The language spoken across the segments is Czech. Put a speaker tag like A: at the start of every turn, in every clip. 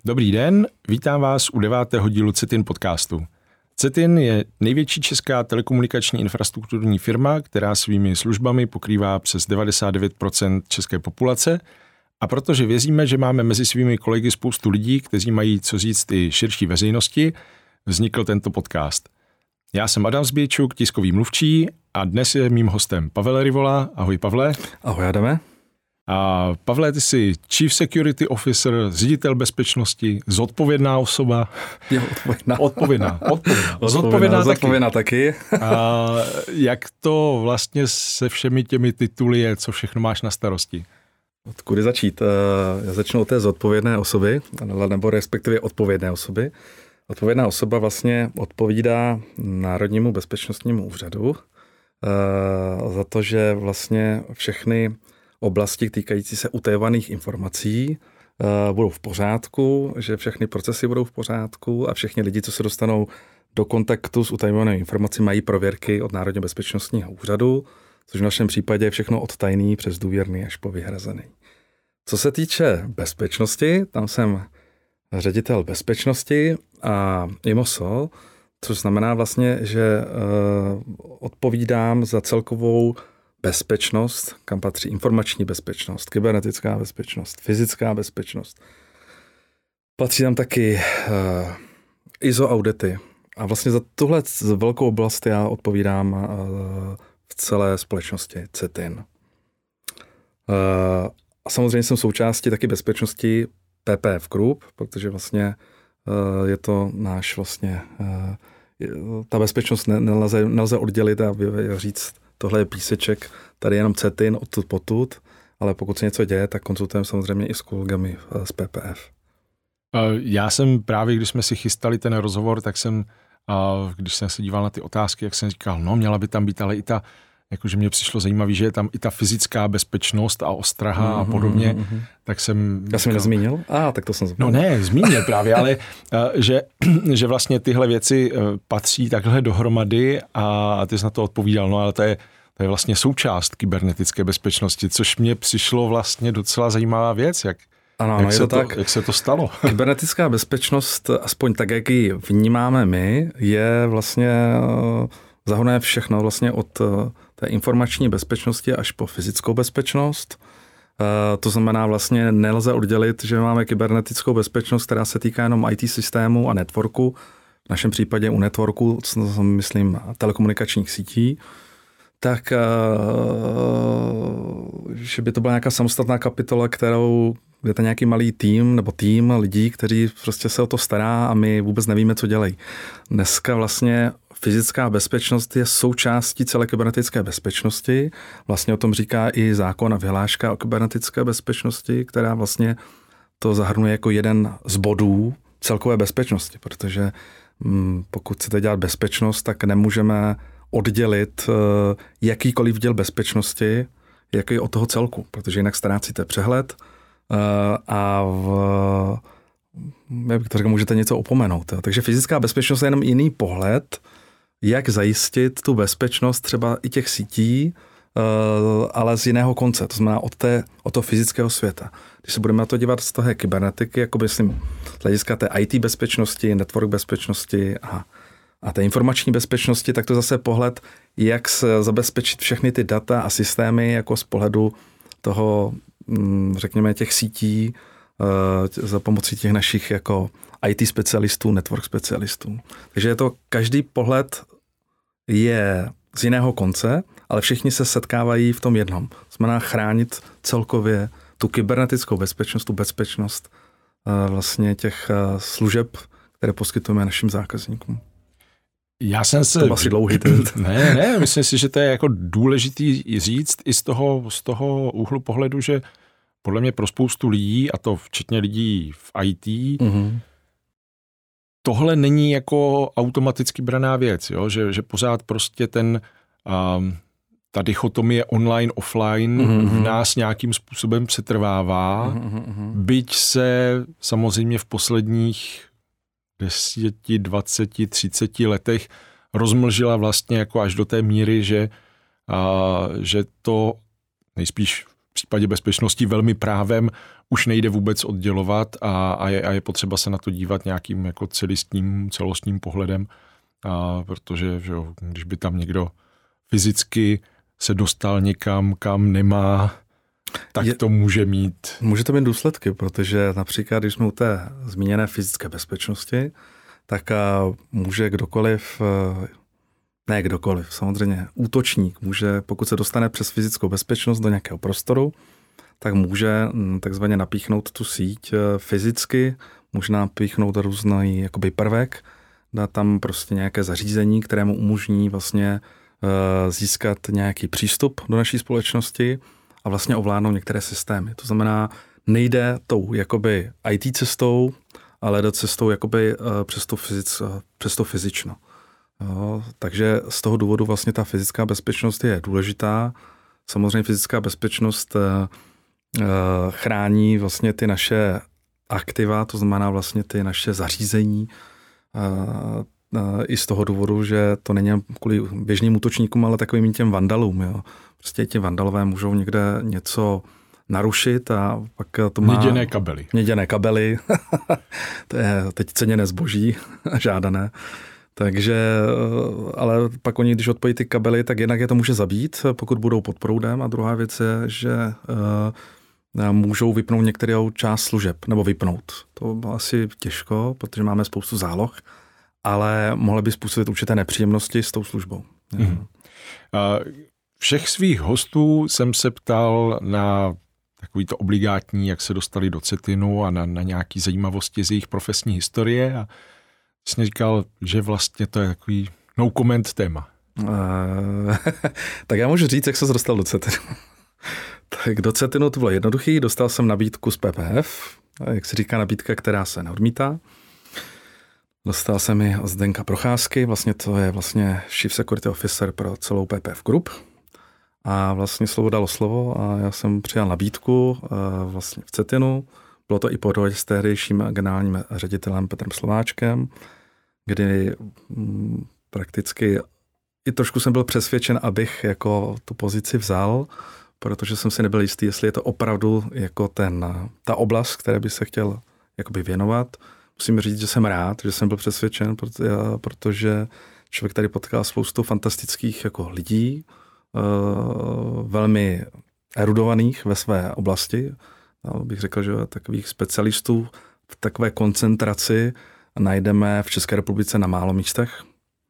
A: Dobrý den, vítám vás u 9. dílu CETIN podcastu. CETIN je největší česká telekomunikační infrastrukturní firma, která svými službami pokrývá přes 99% české populace, a protože věříme, že máme mezi svými kolegy spoustu lidí, kteří mají co říct i širší veřejnosti, vznikl tento podcast. Já jsem Adam Zbějčuk, tiskový mluvčí, a dnes je mým hostem Pavel Rivola. Ahoj, Pavle.
B: Ahoj, Adame.
A: A Pavle, ty jsi Chief Security Officer, ředitel bezpečnosti, zodpovědná osoba.
B: Jo, zodpovědná taky.
A: A jak to vlastně se všemi těmi tituly je, co všechno máš na starosti?
B: Odkudy začít? Já začnu od té zodpovědné osoby, nebo respektive odpovědné osoby. Odpovědná osoba vlastně odpovídá Národnímu bezpečnostnímu úřadu za to, že vlastně všechny oblasti týkající se utajovaných informací budou v pořádku, že všechny procesy budou v pořádku a všichni lidi, co se dostanou do kontaktu s utajovanými informací, mají prověrky od Národního bezpečnostního úřadu, což v našem případě je všechno od tajný přes důvěrný až po vyhrazený. Co se týče bezpečnosti, tam jsem ředitel bezpečnosti a IMOSO, což znamená vlastně, že odpovídám za celkovou bezpečnost, kam patří informační bezpečnost, kybernetická bezpečnost, fyzická bezpečnost. Patří tam taky ISO audity. A vlastně za tuhle velkou oblast já odpovídám v celé společnosti CETIN. A samozřejmě jsem součástí taky bezpečnosti PPF Group, protože vlastně je to náš vlastně, ta bezpečnost nelze oddělit a říct, tohle je píseček, tady je jenom CETIN, odtud potud, ale pokud se něco děje, tak konzultujeme samozřejmě i s kolegami z PPF.
A: Já jsem právě, když jsme si chystali ten rozhovor, tak jsem, když jsem se díval na ty otázky, jak jsem říkal, no měla by tam být, ale i ta, jakože mě přišlo zajímavé, že je tam i ta fyzická bezpečnost a ostraha a podobně, tak jsem...
B: Já jsem ji nezmínil? Tak to jsem zapomněl.
A: No ne, zmínil právě, ale že vlastně tyhle věci patří takhle dohromady a ty jsi na to odpovídal, no ale to je vlastně součást kybernetické bezpečnosti, což mě přišlo vlastně docela zajímavá věc, jak se to stalo.
B: Kybernetická bezpečnost, aspoň tak, jak ji vnímáme my, je vlastně zahrnuje všechno vlastně od té informační bezpečnosti až po fyzickou bezpečnost. To znamená vlastně nelze oddělit, že máme kybernetickou bezpečnost, která se týká jenom IT systému a networku. V našem případě u networku, myslím telekomunikačních sítí, tak že by to byla nějaká samostatná kapitola, kterou je to nějaký malý tým nebo tým lidí, kteří prostě se o to stará a my vůbec nevíme, co dělají. Dneska vlastně fyzická bezpečnost je součástí celé kybernetické bezpečnosti. Vlastně o tom říká i zákon a vyhláška o kybernetické bezpečnosti, která vlastně to zahrnuje jako jeden z bodů celkové bezpečnosti, protože pokud chcete dělat bezpečnost, tak nemůžeme oddělit jakýkoliv díl bezpečnosti, jaký od toho celku, protože jinak ztrácíte přehled a můžete něco opomenout. Takže fyzická bezpečnost je jenom jiný pohled, jak zajistit tu bezpečnost třeba i těch sítí, ale z jiného konce, to znamená od toho fyzického světa. Když se budeme na to dívat z toho kybernetiky, jako myslím z hlediska té IT bezpečnosti, network bezpečnosti a té informační bezpečnosti, tak to zase pohled, jak zabezpečit všechny ty data a systémy jako z pohledu toho, řekněme, těch sítí za pomocí těch našich jako IT specialistů, network specialistů. Takže je to, každý pohled je z jiného konce, ale všichni se setkávají v tom jednom. Znamená chránit celkově tu kybernetickou bezpečnost, tu bezpečnost vlastně těch služeb, které poskytujeme našim zákazníkům.
A: Já jsem se...
B: To asi dlouhý.
A: Ne, myslím si, že to je jako důležitý říct i z toho úhlu pohledu, že podle mě pro spoustu lidí, a to včetně lidí v IT, tohle není jako automaticky braná věc, jo? Že pořád prostě ta dichotomie online, offline v nás nějakým způsobem přetrvává, byť se samozřejmě v posledních 10, 20, 30 letech rozmlžila vlastně jako až do té míry, že to nejspíš případě bezpečnosti velmi právem už nejde vůbec oddělovat a je potřeba se na to dívat nějakým jako celostním pohledem, protože že jo, když by tam někdo fyzicky se dostal někam, kam nemá, tak to může mít.
B: Může to mít důsledky, protože například, když jsme u té zmíněné fyzické bezpečnosti, tak může kdokoliv, samozřejmě útočník může, pokud se dostane přes fyzickou bezpečnost do nějakého prostoru, tak může takzvaně napíchnout tu síť fyzicky, může napíchnout různý jakoby prvek, dát tam prostě nějaké zařízení, které mu umožní vlastně získat nějaký přístup do naší společnosti a vlastně ovládnout některé systémy. To znamená, nejde tou jakoby IT cestou, ale jde cestou jakoby přes to fyzično. Jo, takže z toho důvodu vlastně ta fyzická bezpečnost je důležitá. Samozřejmě fyzická bezpečnost chrání vlastně ty naše aktiva, to znamená vlastně ty naše zařízení, i z toho důvodu, že to není kvůli běžným útočníkům, ale takovým těm vandalům. Jo. Prostě ti vandalové můžou někde něco narušit a pak to má... Měděné kabely. To je teď ceněné zboží, žádané. Takže, ale pak oni, když odpojí ty kabely, tak jednak je to může zabít, pokud budou pod proudem. A druhá věc je, že můžou vypnout některou část služeb, nebo vypnout. To bylo asi těžko, protože máme spoustu záloh, ale mohly by způsobit určité nepříjemnosti s tou službou.
A: Mm. Všech svých hostů jsem se ptal na takový to obligátní, jak se dostali do CETINu a na nějaké zajímavosti z jejich profesní historie a jsi říkal, že vlastně to je takový no comment téma.
B: Tak já můžu říct, jak jsem se dostal do CETINu. Tak do CETINu to bylo jednoduchý, dostal jsem nabídku z PPF, jak se říká nabídka, která se neodmítá. Dostal jsem ji od Zdenka Procházky, vlastně to je vlastně Chief Security Officer pro celou PPF Group. A vlastně slovo dalo slovo a já jsem přijal nabídku vlastně v CETINu. Bylo to i po dohodě s tehdejším generálním ředitelem Petrem Slováčkem, kdy prakticky i trošku jsem byl přesvědčen, abych jako tu pozici vzal, protože jsem si nebyl jistý, jestli je to opravdu jako ta oblast, které by se chtěl jakoby věnovat. Musím říct, že jsem rád, že jsem byl přesvědčen, protože člověk tady potkal spoustu fantastických jako lidí, velmi erudovaných ve své oblasti. Bych řekl, že takových specialistů v takové koncentraci najdeme v České republice na málo místech.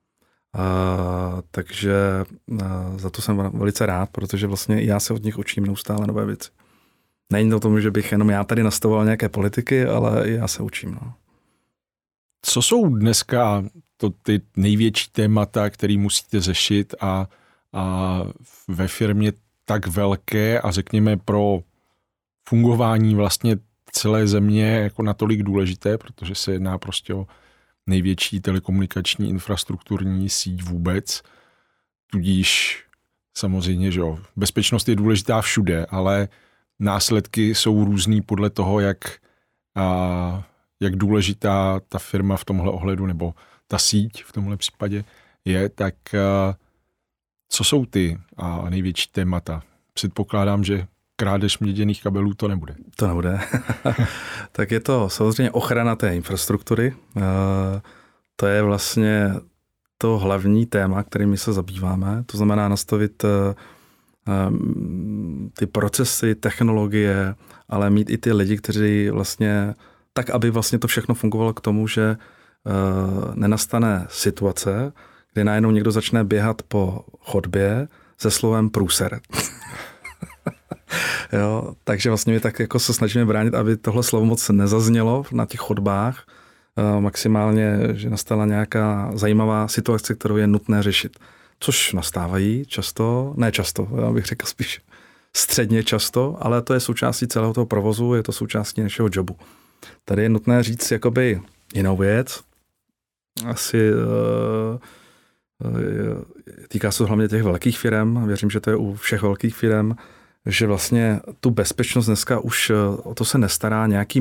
B: Takže za to jsem velice rád, protože vlastně já se od nich učím neustále nové věci. Není to tomu, že bych jenom já tady nastavoval nějaké politiky, ale i já se učím. No.
A: Co jsou dneska ty největší témata, které musíte řešit a ve firmě tak velké a řekněme pro fungování vlastně celé země jako natolik důležité, protože se jedná prostě o největší telekomunikační infrastrukturní síť vůbec. Tudíž samozřejmě, že jo, bezpečnost je důležitá všude, ale následky jsou různý podle toho, jak důležitá ta firma v tomhle ohledu nebo ta síť v tomhle případě je, tak co jsou ty největší témata? Předpokládám, že krádež měděných kabelů to nebude.
B: To nebude. Tak je to samozřejmě ochrana té infrastruktury. To je vlastně to hlavní téma, kterým my se zabýváme. To znamená nastavit ty procesy, technologie, ale mít i ty lidi, kteří vlastně tak, aby vlastně to všechno fungovalo k tomu, že nenastane situace, kdy najednou někdo začne běhat po chodbě se slovem průser. Jo, takže vlastně my tak jako se snažíme bránit, aby tohle slovo moc nezaznělo na těch chodbách. Maximálně, že nastala nějaká zajímavá situace, kterou je nutné řešit. Což nastávají často, ne často, já bych řekl spíš středně často, ale to je součástí celého toho provozu, je to součástí našeho jobu. Tady je nutné říct jakoby jinou věc. Asi týká se hlavně těch velkých firem, věřím, že to je u všech velkých firem, že vlastně tu bezpečnost dneska už o to se nestará nějaký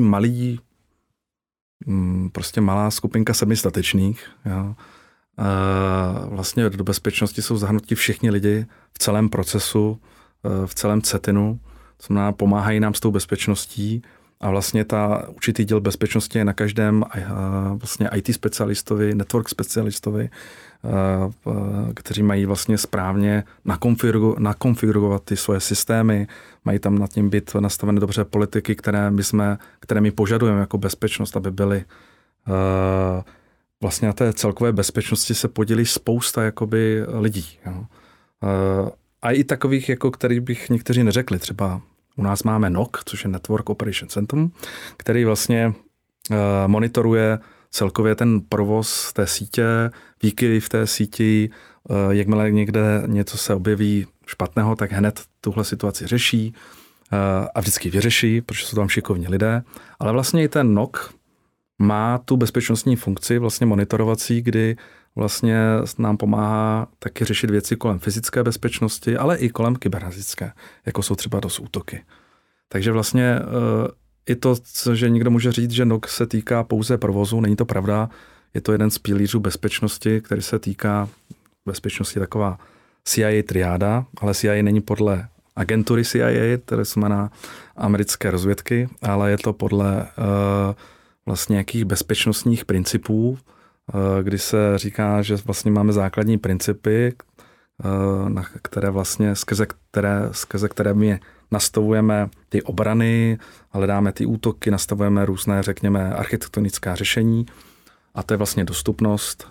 B: prostě malá skupinka semistatečných. Jo. Vlastně do bezpečnosti jsou zahrnuti všichni lidi v celém procesu, v celém CETINu. to znamená, pomáhají nám s tou bezpečností a vlastně ta určitý díl bezpečnosti je na každém vlastně IT specialistovi, network specialistovi, kteří mají vlastně správně nakonfigurovat ty svoje systémy, mají tam nad tím být nastavené dobře politiky, které my požadujeme jako bezpečnost, aby byly vlastně na té celkové bezpečnosti se podělí spousta jakoby lidí. Jo. A i takových, jako který bych někteří neřekli. Třeba u nás máme NOC, což je Network Operation Center, který vlastně monitoruje celkově ten provoz té sítě, výkyvy v té síti, jakmile někde něco se objeví špatného, tak hned tuhle situaci řeší a vždycky vyřeší, protože jsou tam šikovní lidé. Ale vlastně i ten NOC má tu bezpečnostní funkci vlastně monitorovací, kdy vlastně nám pomáhá taky řešit věci kolem fyzické bezpečnosti, ale i kolem kybernetické, jako jsou třeba DOS útoky. Takže vlastně i to, že někdo může říct, že NOC se týká pouze provozu, není to pravda. Je to jeden z pilířů bezpečnosti, který se týká bezpečnosti taková CIA triáda, ale CIA není podle agentury CIA, které znamená americké rozvědky, ale je to podle vlastně nějakých bezpečnostních principů, kdy se říká, že vlastně máme základní principy, na které vlastně skrze které my nastavujeme ty obrany, hledáme ty útoky, nastavujeme různé, řekněme, architektonická řešení a to je vlastně dostupnost,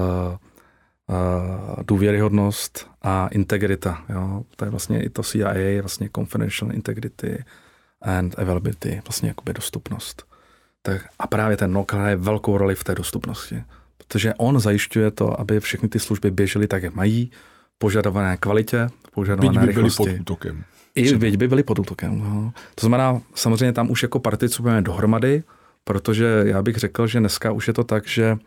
B: důvěryhodnost a integrita. Jo? To je vlastně i to CIA, vlastně confidential integrity and availability, vlastně jakoby dostupnost. Tak a právě ten NOC hraje velkou roli v té dostupnosti, protože on zajišťuje to, aby všechny ty služby běžely tak, jak mají, požadované kvalitě, požadované rychlosti.
A: Byli pod útokem.
B: I by byli pod útokem. No. To znamená, samozřejmě tam už jako participujeme dohromady, protože já bych řekl, že dneska už je to tak, že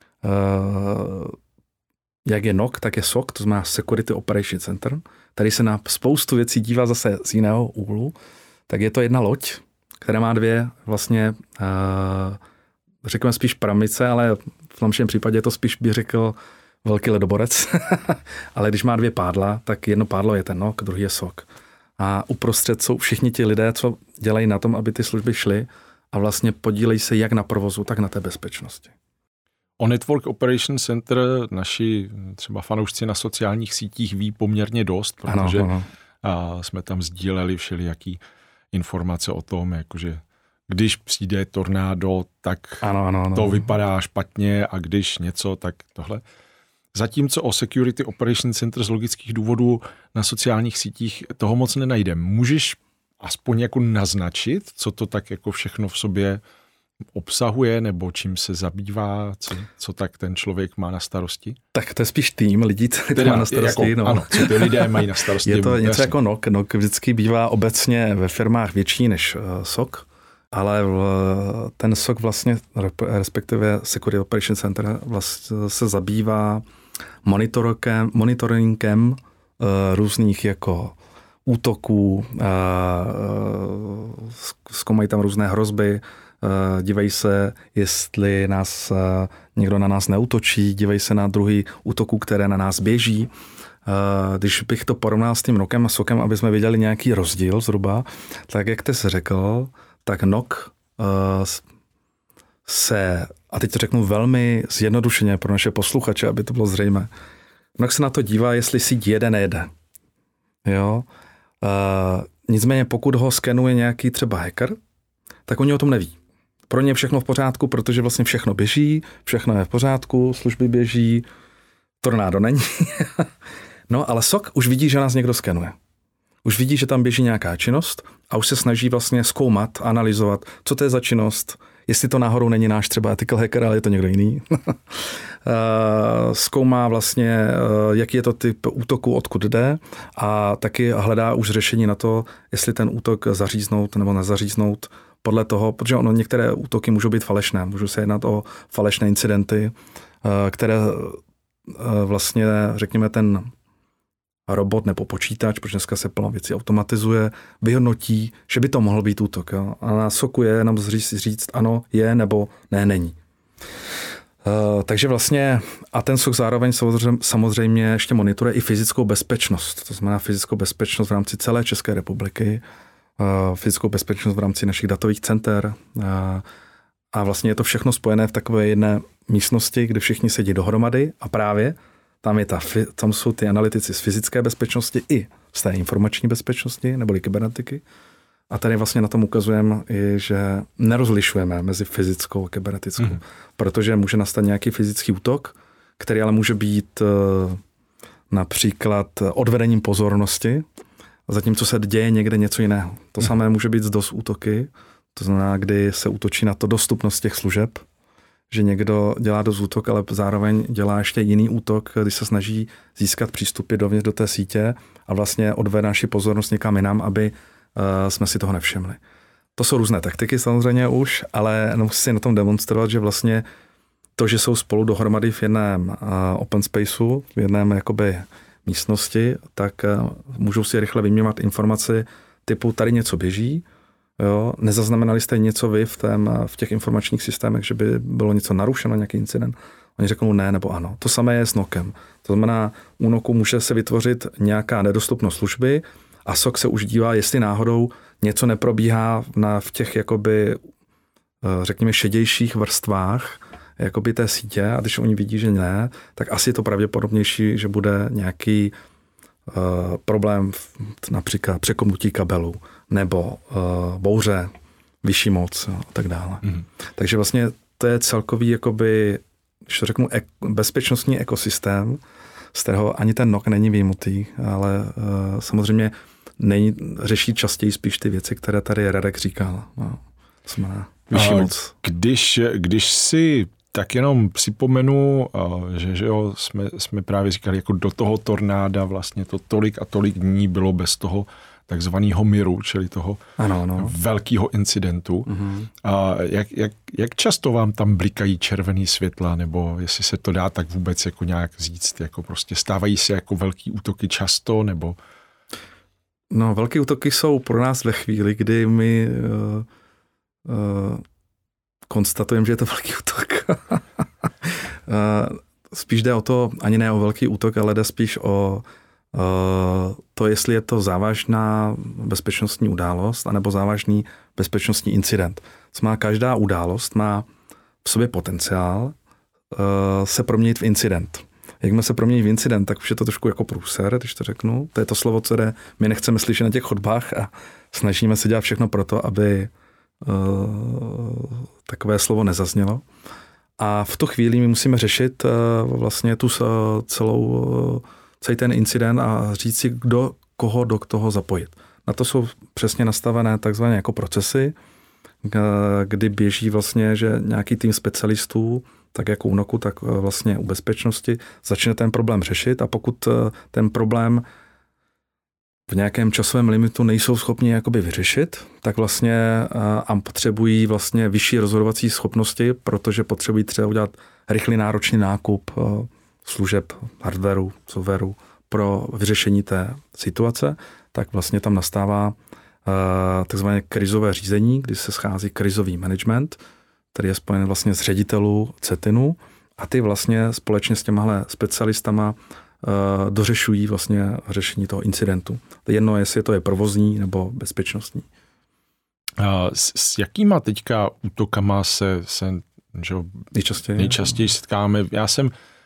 B: jak je NOC, tak je SOC, to znamená Security Operation Center, tady se na spoustu věcí dívá zase z jiného úhlu, tak je to jedna loď, která má dvě vlastně, řekněme spíš pramice, ale v našem případě je to spíš, bych řekl, velký ledoborec. Ale když má dvě pádla, tak jedno pádlo je ten NOC, druhý je SOC. A uprostřed jsou všichni ti lidé, co dělají na tom, aby ty služby šly a vlastně podílejí se jak na provozu, tak na té bezpečnosti.
A: O Network Operation Center naši třeba fanoušci na sociálních sítích ví poměrně dost, protože ano. Jsme tam sdíleli všelijaký informace o tom, jakože když přijde tornádo, tak ano. To vypadá špatně a když něco, tak tohle. Zatímco o Security Operation Center z logických důvodů na sociálních sítích toho moc nenajdeme. Můžeš aspoň jako naznačit, co to tak jako všechno v sobě obsahuje, nebo čím se zabývá, co tak ten člověk má na starosti?
B: Tak to je spíš tým lidí, co to má na starosti.
A: Jako, ano, co ty lidé mají na starosti.
B: Je to něco jako NOC. NOC vždycky bývá obecně ve firmách větší než SOC, ale ten SOC vlastně, respektive Security Operation Center vlastně se zabývá monitoringem různých jako útoků, zkoumají tam různé hrozby, dívají se, jestli někdo na nás neútočí, dívají se na druhý útoků, které na nás běží. Když bych to porovnal s tím NOCem a SOCem, aby jsme viděli nějaký rozdíl zhruba, tak jak ty jsi řekl, tak NOC a teď to řeknu velmi zjednodušeně pro naše posluchače, aby to bylo zřejmé. NOC se na to dívá, jestli síť jede, nejede. Jo? Nicméně pokud ho skenuje nějaký třeba hacker, tak oni o tom neví. Pro ně je všechno v pořádku, protože vlastně všechno běží, všechno je v pořádku, služby běží, tornádo není. No ale SOC už vidí, že nás někdo skenuje. Už vidí, že tam běží nějaká činnost a už se snaží vlastně zkoumat, analyzovat, co to je za činnost, jestli to náhodou není náš třeba ethical hacker, ale je to někdo jiný. Zkoumá vlastně, jaký je to typ útoku, odkud jde a taky hledá už řešení na to, jestli ten útok zaříznout nebo nezaříznout podle toho, protože některé útoky můžou být falešné, můžou se jednat o falešné incidenty, které vlastně, řekněme, ten robot nebo počítač, protože dneska se plno věcí automatizuje, vyhodnotí, že by to mohl být útok. Jo? A na SOCu je jenom říct ano, je nebo ne, není. Takže vlastně, a ten SOC zároveň samozřejmě ještě monitoruje i fyzickou bezpečnost. To znamená fyzickou bezpečnost v rámci celé České republiky. fyzickou bezpečnost v rámci našich datových center. A vlastně je to všechno spojené v takové jedné místnosti, kde všichni sedí dohromady a právě tam jsou ty analytici z fyzické bezpečnosti i z té informační bezpečnosti neboli kybernetiky. A tady vlastně na tom ukazujeme, že nerozlišujeme mezi fyzickou a kybernetickou, protože může nastat nějaký fyzický útok, který ale může být například odvedením pozornosti, zatímco se děje někde něco jiného. To samé může být z DOS útoky, to znamená, kdy se útočí na to dostupnost těch služeb, že někdo dělá DOS útok, ale zároveň dělá ještě jiný útok, kdy se snaží získat přístupy dovnitř do té sítě a vlastně odvede naši pozornost někam jinam, aby jsme si toho nevšimli. To jsou různé taktiky samozřejmě už, ale musí si na tom demonstrovat, že vlastně to, že jsou spolu dohromady v jednom open spaceu, v jednom jakoby místnosti, tak můžou si rychle vyměňovat informace typu tady něco běží, jo? Nezaznamenali jste něco vy v těch informačních systémech, že by bylo něco narušeno, nějaký incident? Oni řeknou ne nebo ano. To samé je s NOCem. To znamená, u NOCu může se vytvořit nějaká nedostupnost služby a SOC se už dívá, jestli náhodou něco neprobíhá v těch jakoby, řekněme, šedějších vrstvách jakoby té sítě a když oni vidí, že ne, tak asi je to pravděpodobnější, že bude nějaký problém například překopnutí kabelu nebo bouře, vyšší moc a tak dále. Takže vlastně to je celkový jakoby, když to řeknu, bezpečnostní ekosystém, z kterého ani ten NOC není vyjmutý, ale samozřejmě řeší častěji spíš ty věci, které tady Radek říkal. No, vyšší moc.
A: Když si tak jenom připomenu, že jo, jsme právě říkali, jako do toho tornáda vlastně to tolik a tolik dní bylo bez toho takzvaného miru, čili toho velkého incidentu. A jak často vám tam blikají červený světla, nebo jestli se to dá tak vůbec jako nějak říct, jako prostě stávají se jako velký útoky často, nebo?
B: No, velké útoky jsou pro nás ve chvíli, kdy my konstatujeme, že je to velký útok. Spíš jde o to, ani ne o velký útok, ale jde spíš o to, jestli je to závažná bezpečnostní událost anebo závažný bezpečnostní incident. Co má každá událost, má v sobě potenciál se proměnit v incident. Jakmile se promění v incident, tak už je to trošku jako průser, když to řeknu. To je to slovo, co my nechceme slyšet na těch chodbách a snažíme se dělat všechno pro to, aby takové slovo nezaznělo. A v tu chvíli my musíme řešit vlastně tu celý ten incident a říct si, koho do toho zapojit. Na to jsou přesně nastavené takzvané jako procesy, kdy běží vlastně, že nějaký tým specialistů, tak jako u NOCu, tak vlastně u bezpečnosti, začne ten problém řešit a pokud ten problém v nějakém časovém limitu nejsou schopni jakoby vyřešit, tak vlastně a potřebují vlastně vyšší rozhodovací schopnosti, protože potřebují třeba udělat rychlý náročný nákup služeb, hardwareu, softwaru pro vyřešení té situace, tak vlastně tam nastává takzvané krizové řízení, kdy se schází krizový management, který je spojen vlastně s ředitelů CETINu a ty vlastně společně s těmahle specialistama dořešují vlastně řešení toho incidentu. To jedno, jestli to je provozní nebo bezpečnostní.
A: S jakýma teďka útokama se nejčastěji setkáme? Já jsem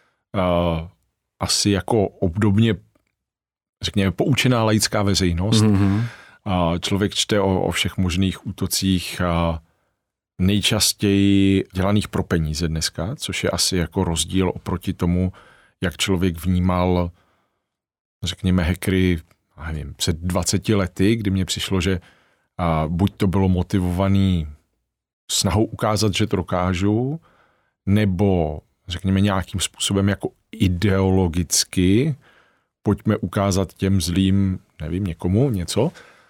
A: asi jako obdobně, řekněme, poučená laická veřejnost. Člověk čte o všech možných útocích nejčastěji dělaných pro peníze dneska, což je asi jako rozdíl oproti tomu, jak člověk vnímal, řekněme, hackery, nevím, před 20 lety, kdy mně přišlo, že buď to bylo motivovaný snahou ukázat, že to dokážu, nebo řekněme nějakým způsobem jako ideologicky, pojďme ukázat těm zlým, nevím, někomu něco.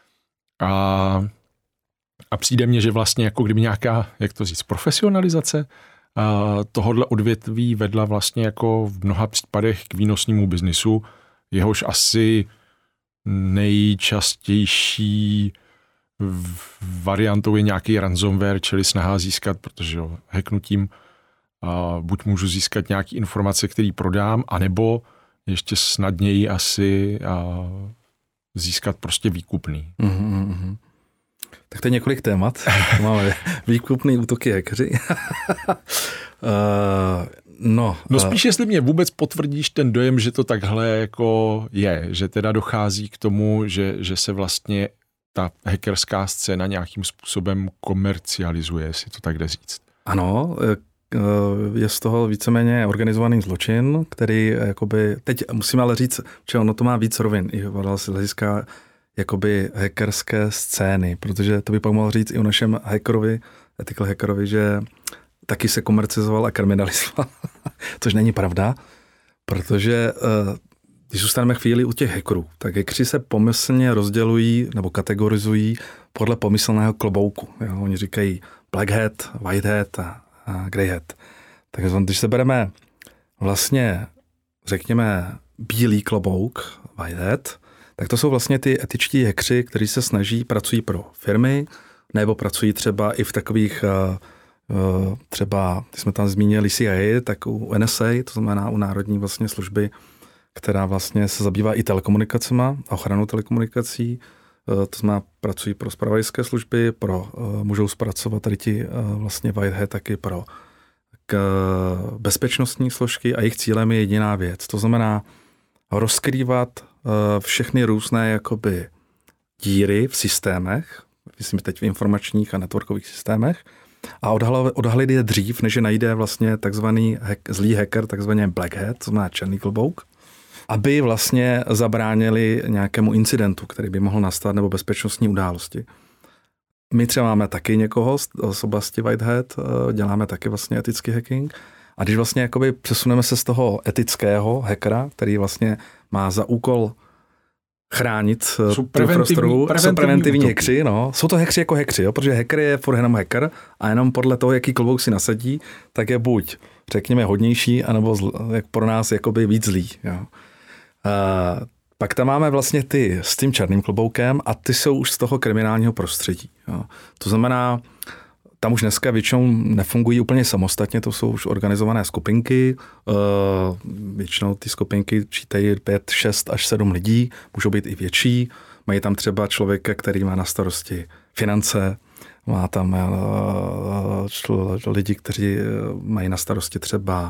A: A přijde mně, že vlastně jako kdyby nějaká, jak to říct, profesionalizace tohodle odvětví vedla vlastně jako v mnoha případech k výnosnímu biznisu, jehož asi nejčastější variantou je nějaký ransomware, čili snaha získat, protože hacknutím buď můžu získat nějaké informace, které prodám, anebo ještě snadněji asi získat prostě výkupný.
B: Tak to je několik témat. Máme výkupný útoky hackeři. No
A: spíš, jestli mě vůbec potvrdíš ten dojem, že to takhle jako je, že teda dochází k tomu, že se vlastně ta hackerská scéna nějakým způsobem komercializuje, jestli to tak jde říct.
B: Ano, je z toho víceméně organizovaný zločin, který jakoby, teď musím ale říct, že ono to má víc rovin, i z hlediska jakoby hackerské scény, protože to by pak mohl říct i o našem hackerovi, ethical hackerovi, že taky se komercializoval a kriminalizoval, což není pravda, protože když zůstaneme chvíli u těch hackerů, tak hackři se pomyslně rozdělují nebo kategorizují podle pomyslného klobouku. Jo? Oni říkají black hat, white hat a grey hat. Takže když se bereme vlastně, řekněme, bílý klobouk, white hat, tak to jsou vlastně ty etičtí hackři, kteří se snaží, pracují pro firmy, nebo pracují třeba i v takových, třeba, když jsme tam zmínili CIA, tak u NSA, to znamená u národní vlastně služby, která vlastně se zabývá i telekomunikacema a ochranou telekomunikací. To znamená, pracují pro zpravodajské služby, můžou zpracovat tady ti vlastně white hat taky pro bezpečnostní složky a jejich cílem je jediná věc. To znamená rozkrývat všechny různé jakoby díry v systémech, myslím teď v informačních a networkových systémech, a odhalit je dřív, než je najde vlastně takzvaný zlý hacker, takzvaný black hat, to znamená černý klobouk, aby vlastně zabránili nějakému incidentu, který by mohl nastat, nebo bezpečnostní události. My třeba máme taky někoho z oblasti white hat, děláme taky vlastně etický hacking. A když vlastně jakoby přesuneme se z toho etického hackera, který vlastně má za úkol chránit tu prostoru, jsou preventivní hackři, no. Jsou to hackři jako hackři, jo? Protože hacker je furt jenom hacker a jenom podle toho, jaký klobouk si nasadí, tak je buď, řekněme, hodnější, anebo jak pro nás jakoby víc zlý. Jo? Pak tam máme vlastně ty s tím černým kloboukem a ty jsou už z toho kriminálního prostředí. Jo? To znamená, tam už dneska většinou nefungují úplně samostatně, to jsou už organizované skupinky, většinou ty skupinky čítají 5, 6 až 7 lidí, můžou být i větší, mají tam třeba člověka, který má na starosti finance, má tam lidi, kteří mají na starosti třeba,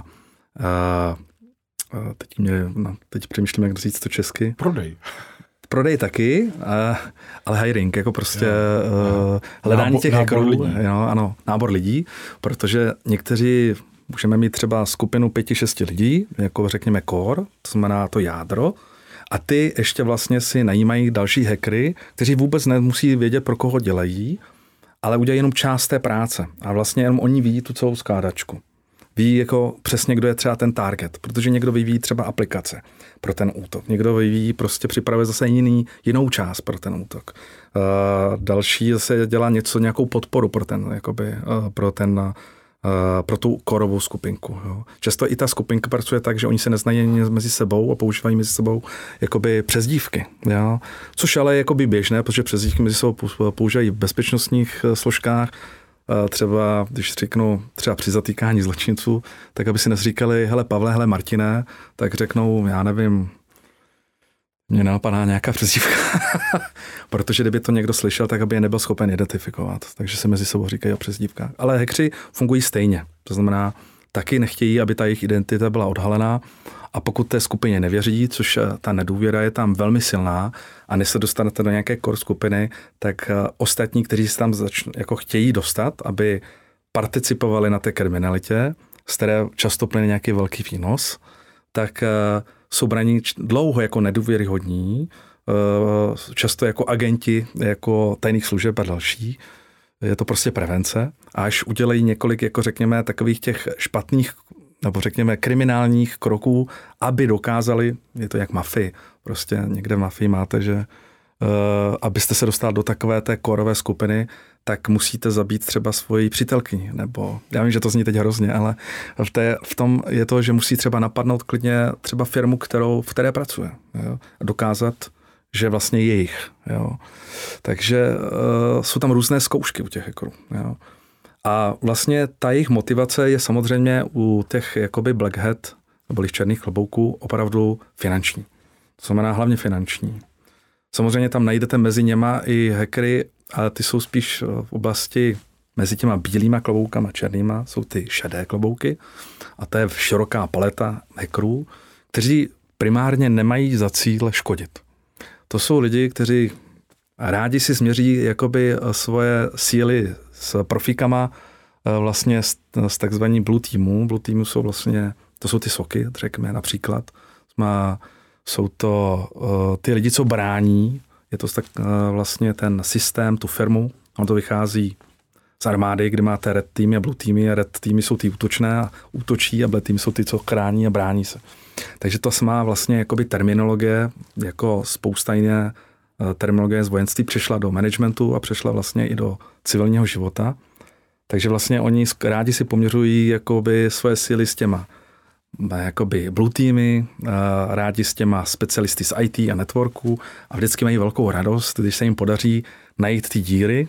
B: teď přemýšlím, jak říct to česky. Prodej taky, ale hiring, jako prostě hledání těch hackerů, ano, nábor lidí, protože někteří můžeme mít třeba skupinu 5-6 lidí, jako řekněme core, to znamená to jádro, a ty ještě vlastně si najímají další hackery, kteří vůbec nemusí vědět, pro koho dělají, ale udělají jenom část té práce a vlastně jenom oni ví tu celou skládačku. Ví jako přesně, kdo je třeba ten target, protože někdo vyvíjí třeba aplikace pro ten útok. Někdo vyvíjí, prostě připravuje zase jinou část pro ten útok. Další zase dělá nějakou podporu pro pro tu korovou skupinku. Jo. Často i ta skupinka pracuje tak, že oni se neznají mezi sebou a používají mezi sebou jakoby přezdívky. Jo. Což ale je jakoby běžné, protože přezdívky mezi sebou používají v bezpečnostních složkách. Třeba, když řeknu třeba při zatýkání zločinců, tak aby si nezříkali, hele Pavle, hele Martine, tak řeknou, já nevím, mě napadá nějaká přezdívka. Protože kdyby to někdo slyšel, tak aby je nebyl schopen identifikovat. Takže se mezi sebou říkají o přezdívkách. Ale hackři fungují stejně. To znamená, taky nechtějí, aby ta jejich identita byla odhalená. A pokud té skupině nevěří, což ta nedůvěra je tam velmi silná, a než se dostanete do nějaké core skupiny, tak ostatní, kteří se tam jako chtějí dostat, aby participovali na té kriminalitě, z které často plyne nějaký velký výnos, tak jsou braní dlouho jako nedůvěryhodní, často jako agenti, jako tajných služeb a další. Je to prostě prevence. A až udělají několik, jako řekněme, takových těch špatných, nebo řekněme kriminálních kroků, aby dokázali, je to jak mafii, prostě někde v mafii máte, že abyste se dostali do takové té kórové skupiny, tak musíte zabít třeba svoji přítelkyni, nebo já vím, že to zní teď hrozně, ale v tom je to, že musí třeba napadnout klidně třeba firmu, v které pracuje. Jo? A dokázat, že vlastně je jejich. Jo? Takže jsou tam různé zkoušky u těch hackerů. Jo? A vlastně ta jejich motivace je samozřejmě u těch jakoby black hat, nebo černých klobouků, opravdu finanční. To znamená hlavně finanční. Samozřejmě tam najdete mezi něma i hackery, ale ty jsou spíš v oblasti mezi těma bílýma kloboukama a černýma, jsou ty šedé klobouky a to je široká paleta hackerů, kteří primárně nemají za cíl škodit. To jsou lidi, kteří rádi si změří jakoby svoje síly s profíkama vlastně z takzvaný blue teamu. Blue teamu jsou vlastně, to jsou ty soky, řekněme například. Jsou to ty lidi, co brání, je to tak vlastně ten systém, tu firmu, on to vychází z armády, kde máte red týmy a blue týmy a red týmy jsou ty útočné a útočí a blue týmy jsou ty, co chrání a brání se. Takže to má vlastně jakoby terminologie, jako spousta jiné terminologie z vojenství přešla do managementu a přešla vlastně i do civilního života. Takže vlastně oni rádi si poměřují jakoby svoje síly s těma jakoby blue týmy, rádi s těma specialisty z IT a networku a vždycky mají velkou radost, když se jim podaří najít ty díry,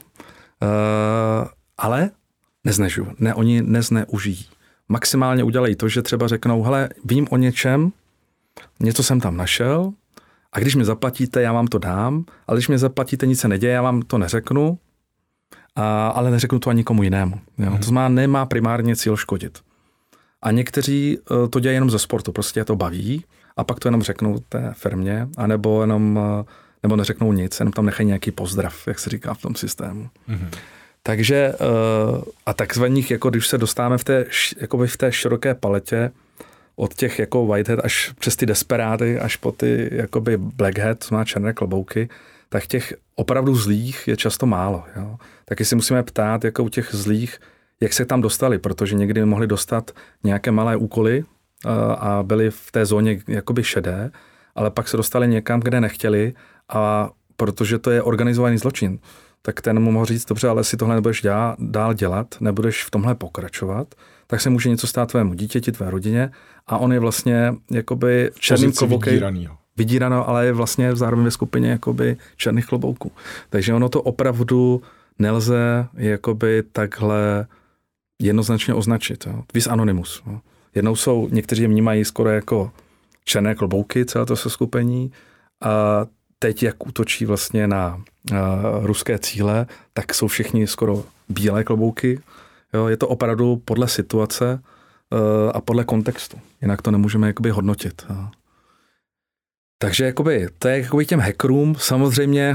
B: ale oni nezneužijí. Maximálně udělají to, že třeba řeknou, hele, vím o něčem, něco jsem tam našel a když mi zaplatíte, já vám to dám, ale když mi zaplatíte, nic se neděje, já vám to neřeknu, ale neřeknu to ani komu jinému. Jo? To znamená, nemá primárně cíl škodit. A někteří to dělají jenom ze sportu, prostě je to baví a pak to jenom řeknou té firmě, anebo nebo neřeknou nic, jenom tam nechají nějaký pozdrav, jak se říká v tom systému. Takže a takzvaných, jako když se dostáváme v té široké paletě od těch jako whitehead až přes ty desperády, až po ty jakoby blackhead, to má černé klobouky, tak těch opravdu zlých je často málo. Jo. Taky si musíme ptát, jako u těch zlých, jak se tam dostali, protože někdy mohli dostat nějaké malé úkoly a byli v té zóně jakoby šedé, ale pak se dostali někam, kde nechtěli a protože to je organizovaný zločin, tak ten mu mohl říct, dobře, ale si tohle nebudeš dál dělat, nebudeš v tomhle pokračovat, tak se může něco stát tvému dítěti, tvé rodině a on je vlastně jakoby černým kloboukem vydíraný, ale je vlastně zároveň ve skupině jakoby černých klobouků. Takže ono to opravdu nelze jakoby takhle jednoznačně označit. Jo. Vis anonymus. Jo. Jednou jsou, někteří je vnímají skoro jako černé klobouky, celé to seskupení a teď, jak útočí vlastně na ruské cíle, tak jsou všichni skoro bílé klobouky. Jo, je to opravdu podle situace a podle kontextu. Jinak to nemůžeme jakoby hodnotit. Jo. Takže jakoby, to je jakoby těm hackerům samozřejmě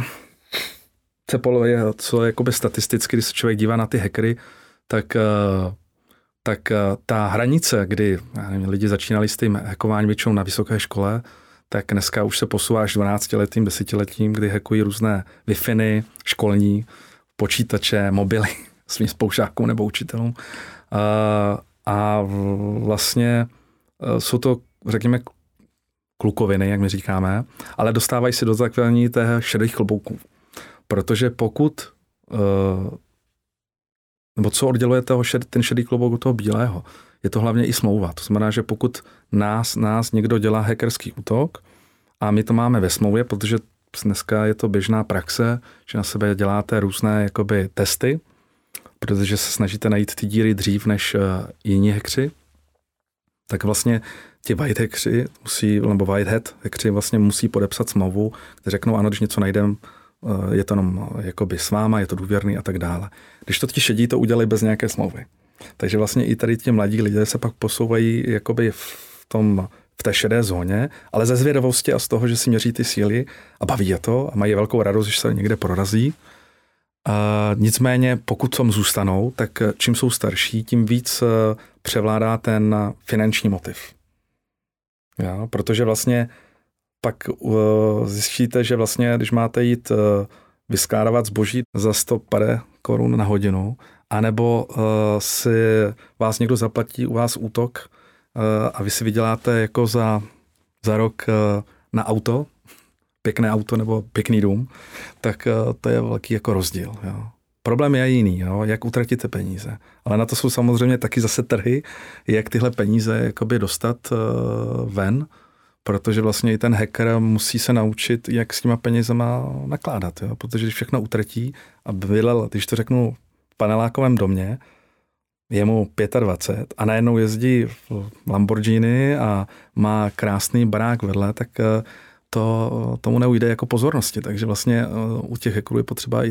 B: co jakoby statisticky, když se člověk dívá na ty hackery, tak ta hranice, kdy lidi začínali s tím hackováním většinou na vysoké škole, tak dneska už se posouvá až 12letým, 10letým, kdy hackují různé Wi-Fi, školní, počítače, mobily svým spolužákům nebo učitelům. A vlastně jsou to, řekněme, klukoviny, jak my říkáme, ale dostávají se do základní té šedých klobouků. Protože pokud, nebo co odděluje ten šedý klobouk od toho bílého, je to hlavně i smlouva. To znamená, že pokud nás někdo dělá hackerský útok a my to máme ve smlouvě, protože dneska je to běžná praxe, že na sebe děláte různé jakoby testy, protože se snažíte najít ty díry dřív než jiní hackři, tak vlastně ti white hackři nebo whitehead hackři vlastně musí podepsat smlouvu, kde řeknou, ano, když něco najdem, je to jenom jakoby s váma, je to důvěrný a tak dále. Když to ti šedí, to udělají bez nějaké smlouvy. Takže vlastně i tady ti mladí lidé se pak posouvají jakoby v té šedé zóně, ale ze zvědavosti a z toho, že si měří ty síly a baví je to a mají velkou radost, že se někde prorazí. Nicméně, pokud tam zůstanou, tak čím jsou starší, tím víc převládá ten finanční motiv. Jo, protože vlastně pak zjistíte, že vlastně, když máte jít vyskládávat zboží za 150 korun na hodinu, anebo si vás někdo zaplatí u vás útok a vy si vyděláte jako za rok na auto, pěkné auto nebo pěkný dům, tak to je velký jako rozdíl. Jo. Problém je jiný, jo, jak utratíte peníze. Ale na to jsou samozřejmě taky zase trhy, jak tyhle peníze jakoby dostat ven, protože vlastně i ten hacker musí se naučit, jak s těma penězema nakládat. Jo. Protože když všechno utratí a vylel, když to řeknu v panelákovém domě, je mu 25 a najednou jezdí v Lamborghini a má krásný barák vedle, tak tomu neujde jako pozornosti. Takže vlastně u těch hackerů je potřeba i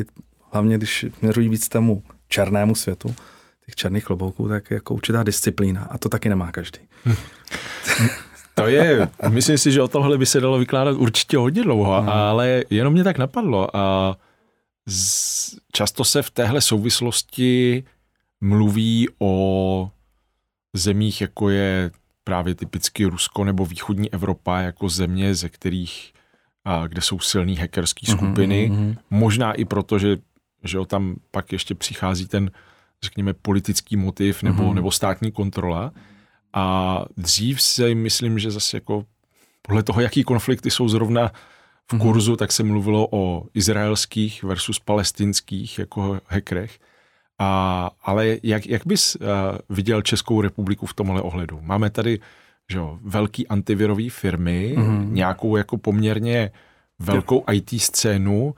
B: hlavně když měřují víc tomu černému světu, těch černých klobouků, tak jako určitá disciplína a to taky nemá každý.
A: To je, myslím si, že o tohle by se dalo vykládat určitě hodně dlouho, ale jenom mě tak napadlo a často se v téhle souvislosti mluví o zemích, jako je právě typicky Rusko nebo východní Evropa, jako země, ze kterých, kde jsou silný hackerský skupiny. Možná i proto, že tam pak ještě přichází ten, řekněme, politický motiv nebo státní kontrola. A dřív si myslím, že zase jako podle toho, jaký konflikty jsou zrovna v kurzu, tak se mluvilo o izraelských versus palestinských jako hackerech. Ale jak bys viděl Českou republiku v tomhle ohledu? Máme tady velký antivirový firmy, nějakou jako poměrně velkou IT scénu,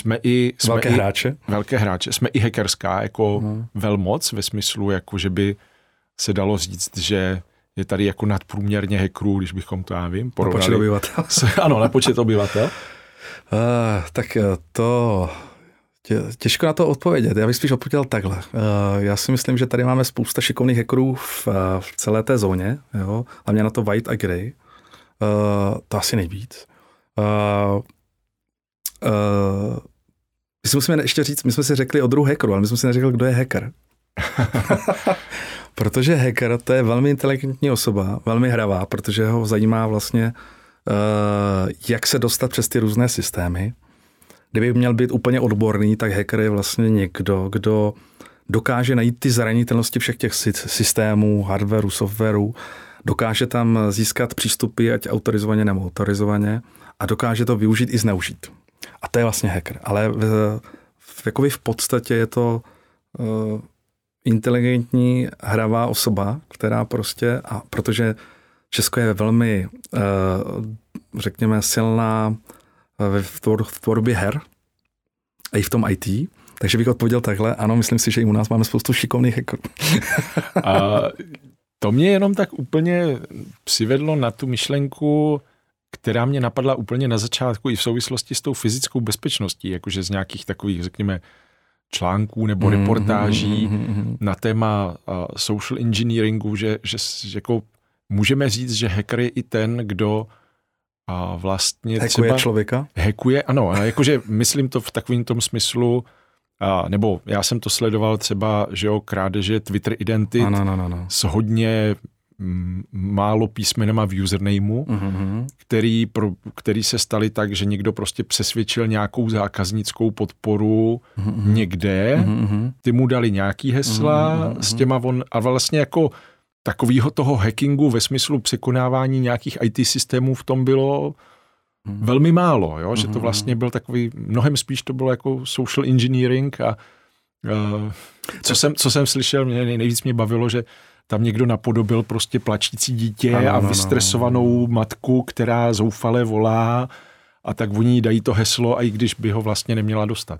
A: velké hráče, jsme i hackerská jako velmoc ve smyslu, jako že by se dalo říct, že je tady jako nadprůměrně hackerů, když bychom to, já vím, porovnali.
B: Na počet obyvatel.
A: Ano, na počet obyvatel.
B: Tak to těžko na to odpovědět. Já bych spíš odpověděl takhle. Já si myslím, že tady máme spousta šikovných hackerů v celé té zóně, jo? Hlavně na to white a grey. To asi nejvíc. My si musíme ještě říct, my jsme si řekli o druhu hackeru, ale my jsme si neřekli, kdo je hacker. Protože hacker to je velmi inteligentní osoba, velmi hravá, protože ho zajímá vlastně, jak se dostat přes ty různé systémy. Kdyby měl být úplně odborný, tak hacker je vlastně někdo, kdo dokáže najít ty zranitelnosti všech těch systémů, hardwareu, softwaru, dokáže tam získat přístupy, ať autorizovaně nebo autorizovaně, a dokáže to využít i zneužít. A to je vlastně hacker. Ale v podstatě je to inteligentní, hravá osoba, která prostě, a protože Česko je velmi, řekněme, silná v tvorbě her, a i v tom IT, takže bych odpověděl takhle, ano, myslím si, že i u nás máme spoustu šikovných hackerů.
A: A to mě jenom tak úplně přivedlo na tu myšlenku, která mě napadla úplně na začátku i v souvislosti s tou fyzickou bezpečností, jakože z nějakých takových, řekněme, článků nebo reportáží na téma social engineeringu, že jako můžeme říct, že hacker je i ten, kdo vlastně
B: hackuje člověka?
A: Hackuje, ano, jakože myslím to v takovém tom smyslu, nebo já jsem to sledoval třeba, že krádeže Twitter identit s hodně málo písmenama v usernameu, který se staly tak, že někdo prostě přesvědčil nějakou zákaznickou podporu někde, ty mu dali nějaký hesla s těma a vlastně jako takovýho toho hackingu ve smyslu překonávání nějakých IT systémů v tom bylo velmi málo, jo? Že to vlastně byl takový, mnohem spíš to bylo jako social engineering a co jsem slyšel, nejvíc mě bavilo, že tam někdo napodobil prostě plačící dítě a vystresovanou matku, která zoufale volá, a tak oni dají to heslo, a i když by ho vlastně neměla dostat.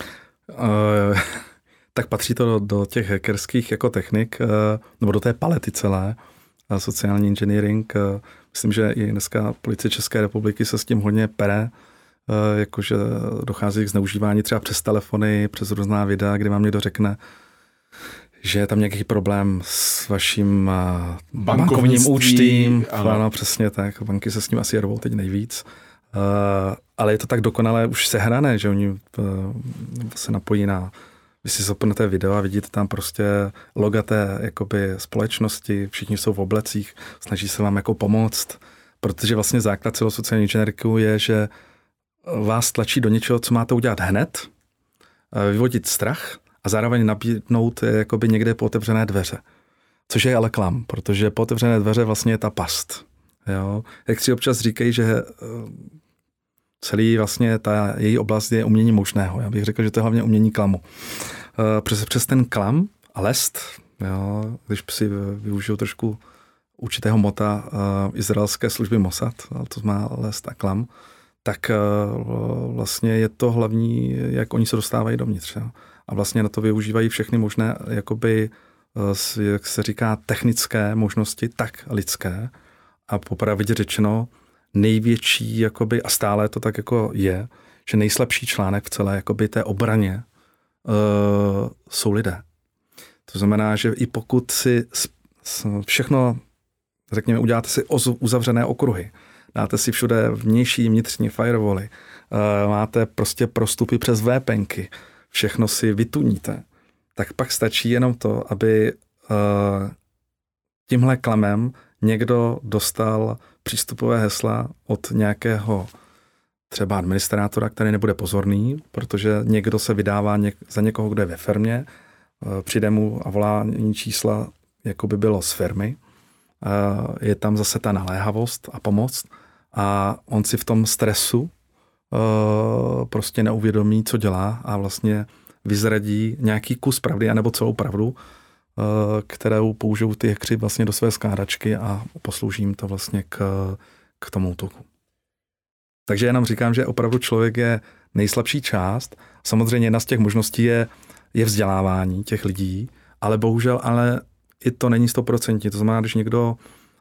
B: Tak patří to do těch hackerských jako technik, nebo do té palety celé, sociální engineering. Myslím, že i dneska Policie České republiky se s tím hodně pere, jakože dochází k zneužívání třeba přes telefony, přes různá videa, kdy vám někdo řekne, že je tam nějaký problém s vaším bankovním účtem. Ano, přesně tak. Banky se s tím asi rvou teď nejvíc. Ale je to tak dokonale už sehrané, že oni se napojí na, vy si zapnete video a vidíte tam prostě loga té jakoby společnosti, všichni jsou v oblecích, snaží se vám jako pomoct, protože vlastně základ celého sociální inženýrky je, že vás tlačí do něčeho, co máte udělat hned, vyvodit strach a zároveň nabídnout jakoby někde po otevřené dveře. Což je ale klam, protože po otevřené dveře vlastně je ta past. Jo? Jak si občas říkají, že celý vlastně ta její oblast je umění možného. Já bych řekl, že to je hlavně umění klamu. Přes ten klam a lest, jo? Když si využiju trošku určitého mota izraelské služby Mossad, to má lest a klam, tak vlastně je to hlavní, jak oni se dostávají dovnitř. Jo? A vlastně na to využívají všechny možné, jakoby, jak se říká, technické možnosti, tak lidské. A popravdě řečeno, největší, jakoby, a stále to tak jako je, že nejslabší článek v celé jakoby, té obraně jsou lidé. To znamená, že i pokud si všechno, řekněme, uděláte si uzavřené okruhy, dáte si všude vnější, vnitřní firewally, máte prostě prostupy přes VPNky, všechno si vytuníte, tak pak stačí jenom to, aby tímhle klamem někdo dostal přístupové hesla od nějakého třeba administrátora, který nebude pozorný, protože někdo se vydává za někoho, kdo je ve firmě, přijde mu a volá čísla, jako by bylo z firmy. Je tam zase ta naléhavost a pomoc a on si v tom stresu prostě neuvědomí, co dělá a vlastně vyzradí nějaký kus pravdy anebo celou pravdu, kterou použijou ty hackři vlastně do své skládačky a poslouží jim to vlastně k tomu útoku. Takže já nám říkám, že opravdu člověk je nejslabší část. Samozřejmě jedna z těch možností je vzdělávání těch lidí, ale bohužel, i to není 100%. To znamená, když někdo,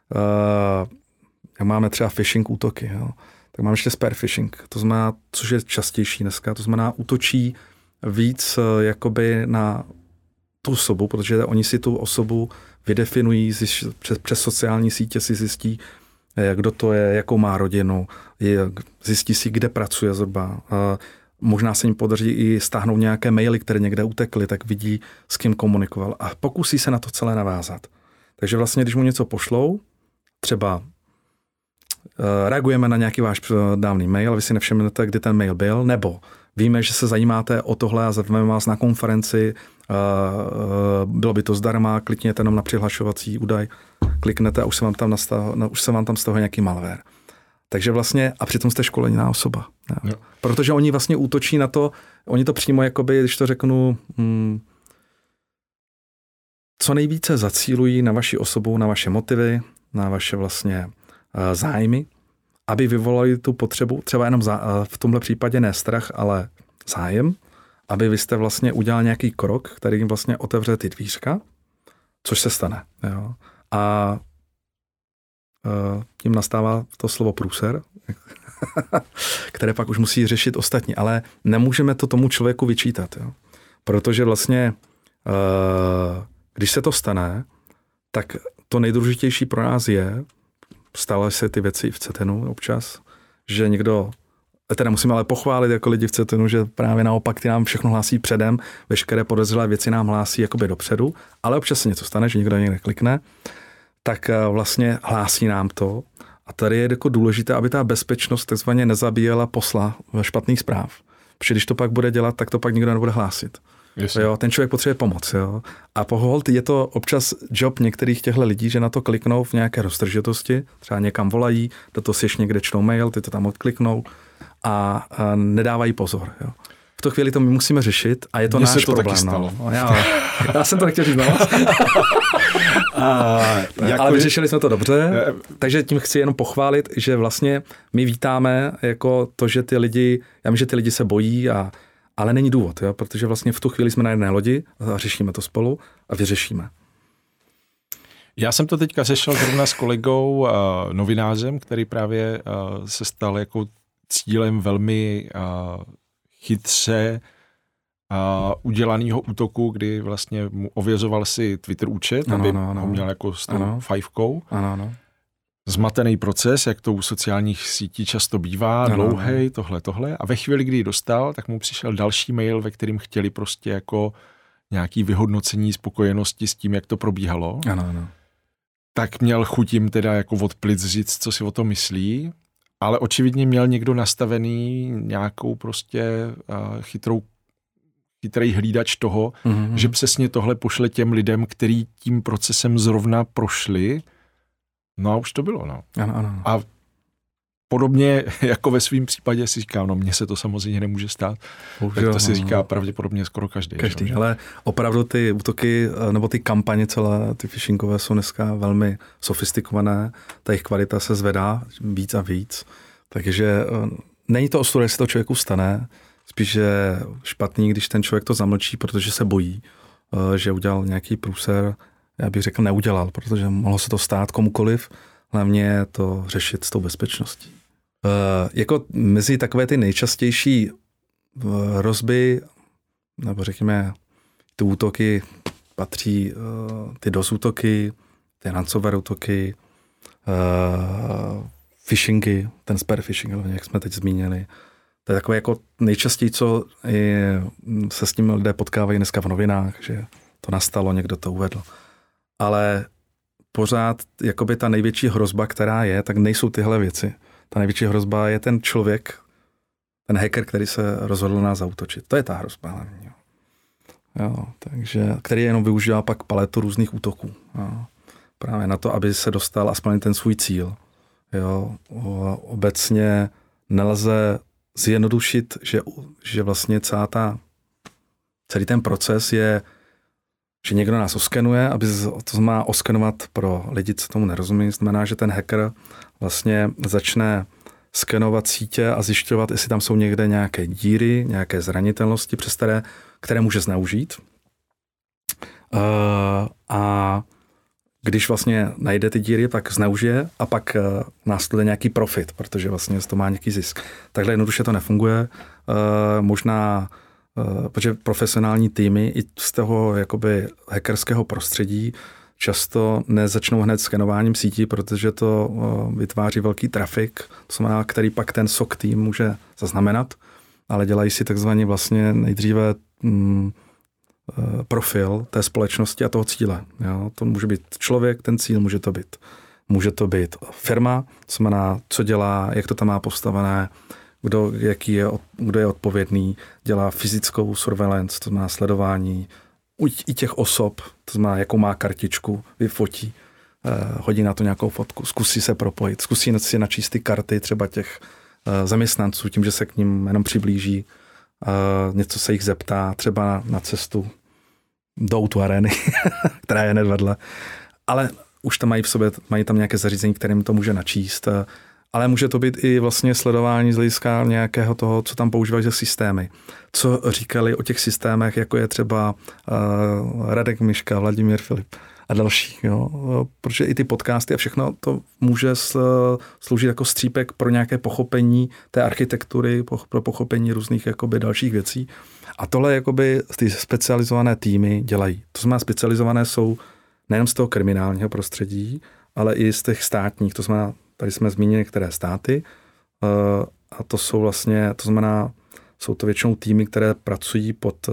B: jak máme třeba phishing útoky, jo, tak máme ještě spear phishing, to znamená, což je častější dneska, to znamená útočí víc jakoby na tu osobu, protože oni si tu osobu vydefinují, přes sociální sítě si zjistí, kdo to je, jakou má rodinu, zjistí si, kde pracuje zhruba. Možná se jim podaří i stáhnout nějaké maily, které někde utekly, tak vidí, s kým komunikoval a pokusí se na to celé navázat. Takže vlastně, když mu něco pošlou, třeba reagujeme na nějaký váš dávný mail, vy si nevšimnete, kdy ten mail byl, nebo víme, že se zajímáte o tohle a zaveme vás na konferenci, bylo by to zdarma, klikněte jenom na přihlašovací údaj, kliknete a už se vám tam stahuje nějaký malware. Takže vlastně, a přitom jste školená osoba. Jo. Protože oni vlastně útočí na to, oni to přímo, jakoby, když to řeknu, co nejvíce zacílují na vaši osobu, na vaše motivy, na vaše vlastně zájmy, aby vyvolali tu potřebu, třeba jenom v tomhle případě ne strach, ale zájem, aby vy jste vlastně udělal nějaký krok, který jim vlastně otevře ty dvířka, což se stane. Jo. A tím nastává to slovo průser, které pak už musí řešit ostatní, ale nemůžeme to tomu člověku vyčítat, jo. Protože vlastně, když se to stane, tak to nejdůležitější pro nás je, stále se ty věci v CETENu občas, že někdo, teda musíme ale pochválit jako lidi v CETENu, že právě naopak ty nám všechno hlásí předem, veškeré podezřelé věci nám hlásí jakoby dopředu, ale občas se něco stane, že někdo někde klikne, tak vlastně hlásí nám to. A tady je jako důležité, aby ta bezpečnost takzvaně nezabíjela posla špatných zpráv. Protože když to pak bude dělat, tak to pak nikdo nebude hlásit. Jo, ten člověk potřebuje pomoc. Jo. A poholt je to občas job některých těchto lidí, že na to kliknou v nějaké roztržitosti, třeba někam volají, do toho si ještě někde čtou mail, ty to tam odkliknou a nedávají pozor. Jo. V tu chvíli to my musíme řešit a je to náš problém. No. Já jsem to nechtěl říct. Ale vyřešili jsme to dobře, takže tím chci jenom pochválit, že vlastně my vítáme jako to, že ty lidi, já vím, že ty lidi se bojí, ale není důvod, jo, protože vlastně v tu chvíli jsme na jedné lodi a řešíme to spolu a vyřešíme.
A: Já jsem to teďka řešil zrovna s kolegou novinářem, který právě se stal jako cílem velmi chytře udělanýho útoku, kdy vlastně mu ověřoval si Twitter účet, aby ho měl jako s tou fajfkou. Zmatený proces, jak to u sociálních sítí často bývá, dlouhej, tohle. A ve chvíli, kdy ji dostal, tak mu přišel další mail, ve kterým chtěli prostě jako nějaký vyhodnocení spokojenosti s tím, jak to probíhalo. Tak měl chuť jim teda jako od plic říct, co si o to myslí, ale očividně měl někdo nastavený nějakou prostě chytrý hlídač toho, že přesně tohle pošle těm lidem, který tím procesem zrovna prošli. No a už to bylo, no.
B: Ano.
A: A podobně jako ve svém případě si říkám, no mně se to samozřejmě nemůže stát. Tak to si říká pravděpodobně skoro každý.
B: Ale opravdu ty útoky nebo ty kampaně celé, ty phishingové jsou dneska velmi sofistikované, ta jejich kvalita se zvedá víc a víc, takže není to ostuda, jestli to člověku stane, spíš je špatný, když ten člověk to zamlčí, protože se bojí, že udělal nějaký průser. Já bych řekl neudělal, protože mohlo se to stát komukoliv, hlavně to řešit s tou bezpečností. Jako mezi takové ty nejčastější hrozby nebo řekněme, ty útoky patří ty DOS útoky, ty ransomware útoky, phishingy, ten spear phishing, jak jsme teď zmínili. To je takové jako nejčastěji, co se s tím lidé potkávají dneska v novinách, že to nastalo, někdo to uvedl. Ale pořád jakoby ta největší hrozba, která je, tak nejsou tyhle věci. Ta největší hrozba je ten člověk, ten hacker, který se rozhodl nás zaútočit. To je ta hrozba hlavní. Jo, takže, který jenom využívá pak paletu různých útoků. Jo. Právě na to, aby se dostal aspoň ten svůj cíl. Jo. Obecně nelze zjednodušit, že vlastně celý ten proces je, že někdo nás oskenuje, aby to má oskenovat pro lidi, co tomu nerozumí. Znamená, že ten hacker vlastně začne skenovat sítě a zjišťovat, jestli tam jsou někde nějaké díry, nějaké zranitelnosti, přes které může zneužít. A když vlastně najde ty díry, pak zneužije a pak následuje nějaký profit, protože vlastně to má nějaký zisk. Takhle jednoduše to nefunguje. Možná, protože profesionální týmy i z toho jakoby hackerského prostředí často nezačnou hned skenováním sítí, protože to vytváří velký trafik, to znamená, který pak ten SOC tým může zaznamenat, ale dělají si takzvaně vlastně nejdříve profil té společnosti a toho cíle. Jo? To může být člověk, ten cíl může to být firma, to znamená, co dělá, jak to tam má postavené, kdo je odpovědný, dělá fyzickou surveillance, to znamená sledování i těch osob, to znamená, jakou má kartičku, vyfotí, hodí na to nějakou fotku, zkusí se propojit, zkusí si načíst ty karty třeba těch zaměstnanců, tím, že se k nim jenom přiblíží, něco se jich zeptá, třeba na cestu do O2 Areny, která je hned vedle. Ale už tam mají tam nějaké zařízení, kterým to může načíst. Ale může to být i vlastně sledování z hlediska nějakého toho, co tam používají za systémy. Co říkali o těch systémech, jako je třeba Radek Miška, Vladimír Filip a další. Jo? Protože i ty podcasty a všechno to může sloužit jako střípek pro nějaké pochopení té architektury, pro pochopení různých jakoby dalších věcí. A tohle jakoby ty specializované týmy dělají. To znamená, specializované jsou nejen z toho kriminálního prostředí, ale i z těch státních. To znamená, tady jsme zmínili některé státy a to jsou vlastně, to znamená, jsou to většinou týmy, které pracují pod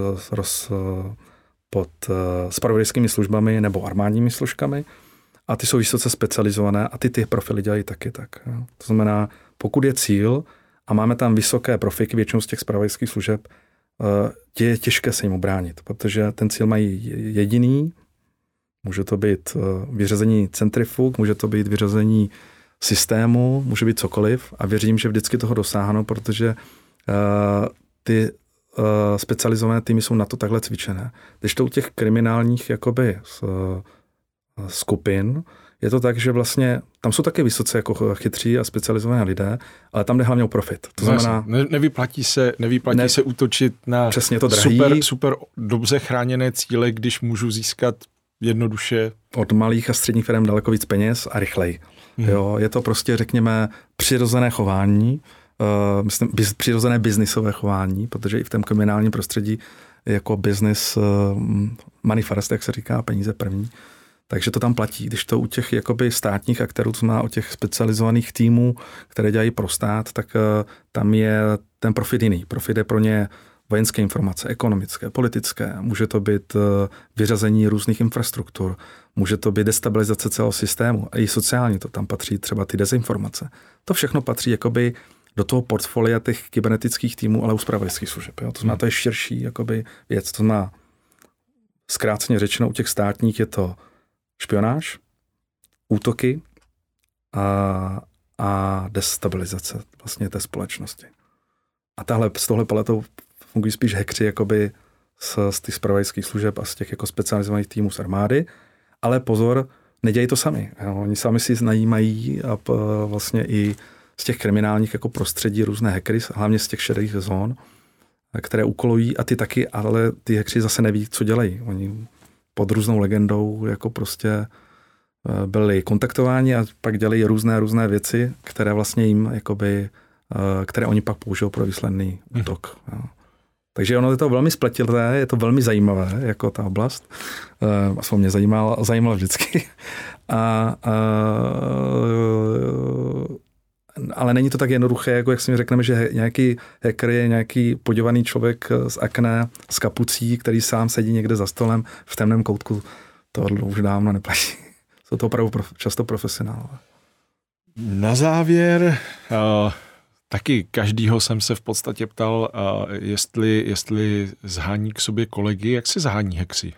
B: zpravodajskými službami nebo armádními složkami a ty jsou vysoce specializované a ty profily dělají taky tak. Jo. To znamená, pokud je cíl a máme tam vysoké profily většinou z těch zpravodajských služeb, je těžké se jim ubránit, protože ten cíl mají jediný, může to být vyřazení centrifug, může to být vyřazení systému, může být cokoliv a věřím, že vždycky toho dosáhnou, protože ty specializované týmy jsou na to takhle cvičené. Když to u těch kriminálních jakoby skupin, je to tak, že vlastně tam jsou taky vysoce jako chytří a specializované lidé, ale tam jde hlavně o profit. To znamená,
A: nevyplatí se útočit na super dobře chráněné cíle, když můžu získat jednoduše
B: od malých a středních firm daleko víc peněz a rychleji. Jo, je to prostě, řekněme, přirozené chování, přirozené biznisové chování, protože i v tom kriminálním prostředí jako business money first, jak se říká, peníze první. Takže to tam platí. Když to u těch jakoby státních aktérů, co má o těch specializovaných týmů, které dělají pro stát, tak tam je ten profit jiný. Profit je pro ně vojenské informace, ekonomické, politické. Může to být vyřazení různých infrastruktur, může to být destabilizace celého systému. A i sociálně to tam patří třeba ty dezinformace. To všechno patří jakoby do toho portfolia těch kybernetických týmů, ale u zpravodajských služeb. Jo? To znamená, to je širší jakoby věc. To znamená, zkráceně řečeno, u těch státních je to špionáž, útoky a destabilizace vlastně té společnosti. A z tohle paletou fungují spíš hackři jakoby z těch zpravodajských služeb a z těch jako specializovaných týmů z armády, ale pozor, nedělají to sami. Jo? Oni sami si najímají a vlastně i z těch kriminálních jako prostředí různé hackery, hlavně z těch šedých zón, které úkolují a ty taky, ale ty hackři zase neví, co dělají. Oni pod různou legendou jako prostě byli kontaktováni a pak dělají různé věci, které vlastně jim jakoby, které oni pak použijou pro výsledný útok. Jo. Takže ono je to velmi spletilé, je to velmi zajímavé, jako ta oblast. Aspoň mě zajímalo vždycky. Ale není to tak jednoduché, jako jak si mi řekneme, že nějaký hacker je nějaký podívaný člověk z akné, s kapucí, který sám sedí někde za stolem v temném koutku. To už dávno neplatí. Jsou to opravdu často profesionálové.
A: Na závěr, taky každýho jsem se v podstatě ptal, jestli zhání k sobě kolegy, jak se zhání hackři?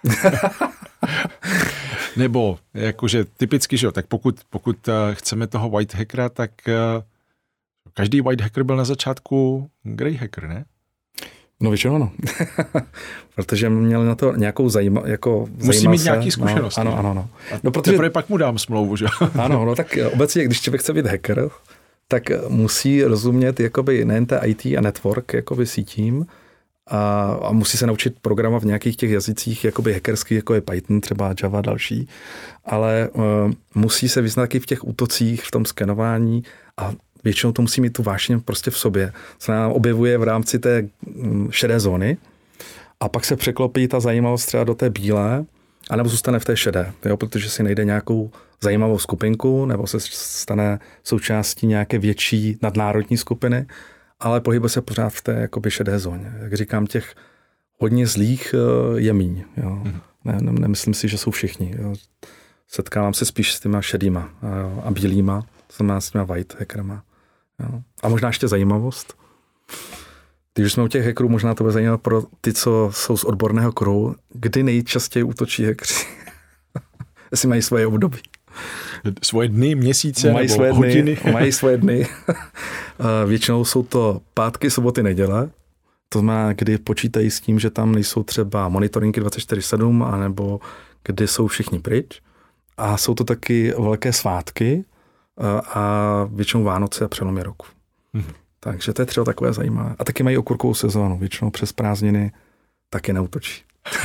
A: Nebo jakože typicky, že jo, tak pokud chceme toho white hackera, tak každý white hacker byl na začátku grey hacker, ne?
B: No většinou ano. Protože měl na to nějakou
A: musí mít nějaký zkušenost.
B: No, ano.
A: No, protože teprve pak mu dám smlouvu, že?
B: Ano, no tak obecně, když člověk chce být hacker, tak musí rozumět jakoby nejen té IT a network jakoby sítím a musí se naučit programovat v nějakých těch jazycích jakoby hackerských, jako je Python, třeba Java, další, ale musí se vyznat taky v těch útocích, v tom skenování a většinou to musí mít tu vášně prostě v sobě. Se nám objevuje v rámci té šedé zóny a pak se překlopí ta zajímavost třeba do té bílé, anebo zůstane v té šedé, jo, protože si najde nějakou zajímavou skupinku, nebo se stane součástí nějaké větší nadnárodní skupiny, ale pohybuje se pořád v té jakoby šedé zóně. Jak říkám, těch hodně zlých je míň. Jo. Nemyslím si, že jsou všichni. Jo. Setkávám se spíš s těma šedýma a bílýma, to znamená s těma white hackerama. Jo. A možná ještě zajímavost. Když jsme u těch hackerů, možná to bude zajímavé pro ty, co jsou z odborného kruhu, kdy nejčastěji útočí hackři. Jestli mají svoje období.
A: Svoje dny, měsíce
B: mají
A: nebo hodiny?
B: Mají svoje dny. Většinou jsou to pátky, soboty, neděle. To znamená, kdy počítají s tím, že tam nejsou třeba monitoringy 24/7, anebo kdy jsou všichni pryč. A jsou to taky velké svátky a většinou Vánoce a přelomy roku. Takže to je třeba takové zajímavé. A taky mají okurkovou sezónu. Většinou přes prázdniny taky neútočí.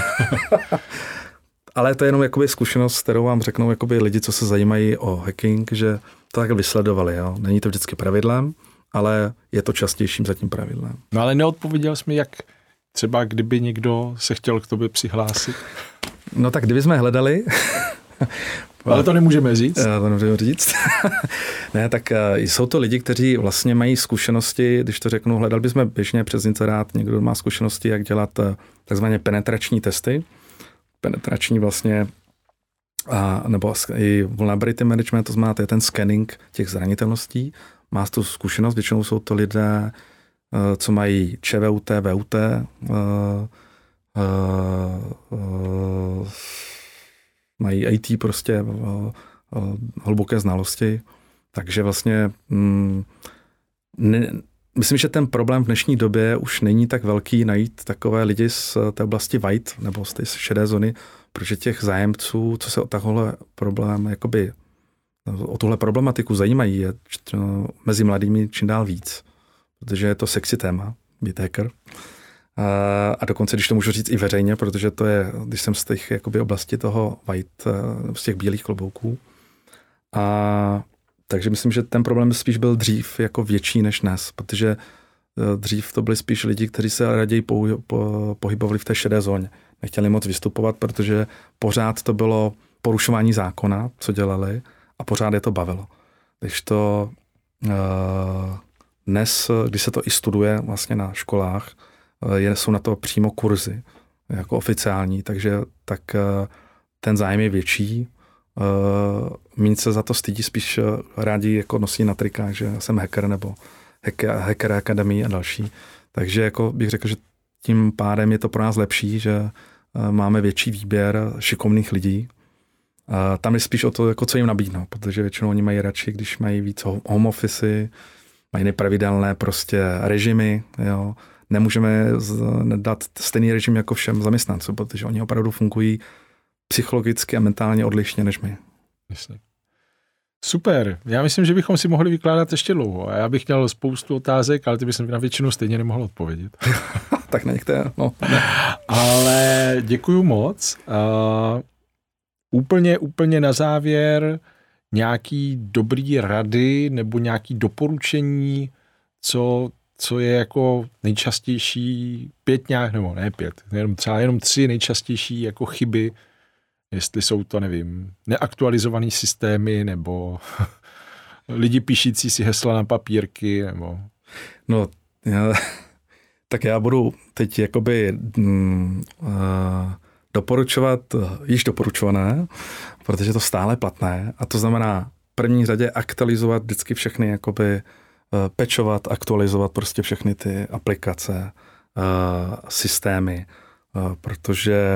B: Ale to je jenom jakoby zkušenost, kterou vám řeknou jakoby lidi, co se zajímají o hacking, že to tak vysledovali. Jo? Není to vždycky pravidlem, ale je to častějším za tím pravidlem.
A: No ale neodpověděl jsi mi, jak třeba kdyby někdo se chtěl k tobě přihlásit.
B: No tak kdyby jsme hledali...
A: Ale to nemůžeme říct.
B: To nemůžeme říct. Ne, tak jsou to lidi, kteří vlastně mají zkušenosti, když to řeknu, hledali bychom běžně přes inzerát, někdo má zkušenosti, jak dělat takzvané penetrační testy. Penetrační vlastně, nebo i vulnerability management, to znamená, to je ten scanning těch zranitelností. Má tu zkušenost, většinou jsou to lidé, co mají ČVUT, VUT, mají IT prostě hluboké znalosti, takže vlastně myslím, že ten problém v dnešní době už není tak velký najít takové lidi z té oblasti white nebo z té šedé zóny, protože těch zájemců, co se o takovéhle problém, jakoby o tuhle problematiku zajímají, je mezi mladými čím dál víc, protože je to sexy téma, být hacker. A dokonce, když to můžu říct i veřejně, protože to je, když jsem z těch jakoby oblasti toho white, z těch bílých klobouků. Takže myslím, že ten problém spíš byl dřív jako větší než dnes, protože dřív to byli spíš lidi, kteří se raději pohybovali v té šedé zóně. Nechtěli moc vystupovat, protože pořád to bylo porušování zákona, co dělali, a pořád je to bavilo. Když to dnes, když se to i studuje vlastně na školách, jsou na to přímo kurzy, jako oficiální, takže tak ten zájem je větší. Míň se za to stydí, spíš rádi jako nosí na trikách, že jsem hacker nebo Hacker Academy a další. Takže jako bych řekl, že tím pádem je to pro nás lepší, že máme větší výběr šikovných lidí. Tam je spíš o to, jako co jim nabídnou, protože většinou oni mají radši, když mají víc home office, mají nepravidelné prostě režimy, jo. Nemůžeme dát stejný režim jako všem zaměstnancům, protože oni opravdu fungují psychologicky a mentálně odlišně než my.
A: Myslím. Super. Já myslím, že bychom si mohli vykládat ještě dlouho. A já bych měl spoustu otázek, ale ty bys na většinu stejně nemohl odpovědět.
B: Tak na některé, no.
A: Ale děkuju moc. Úplně na závěr nějaký dobrý rady nebo nějaký doporučení, co co je jako nejčastější 5 nějak, nebo ne 5, třeba jenom 3 nejčastější jako chyby, jestli jsou to, nevím, neaktualizované systémy, nebo lidi píšící si hesla na papírky, nebo...
B: No, tak já budu teď jakoby doporučovat již doporučované, protože je to stále platné, a to znamená v první řadě aktualizovat vždycky všechny, jakoby pečovat, aktualizovat prostě všechny ty aplikace, systémy, protože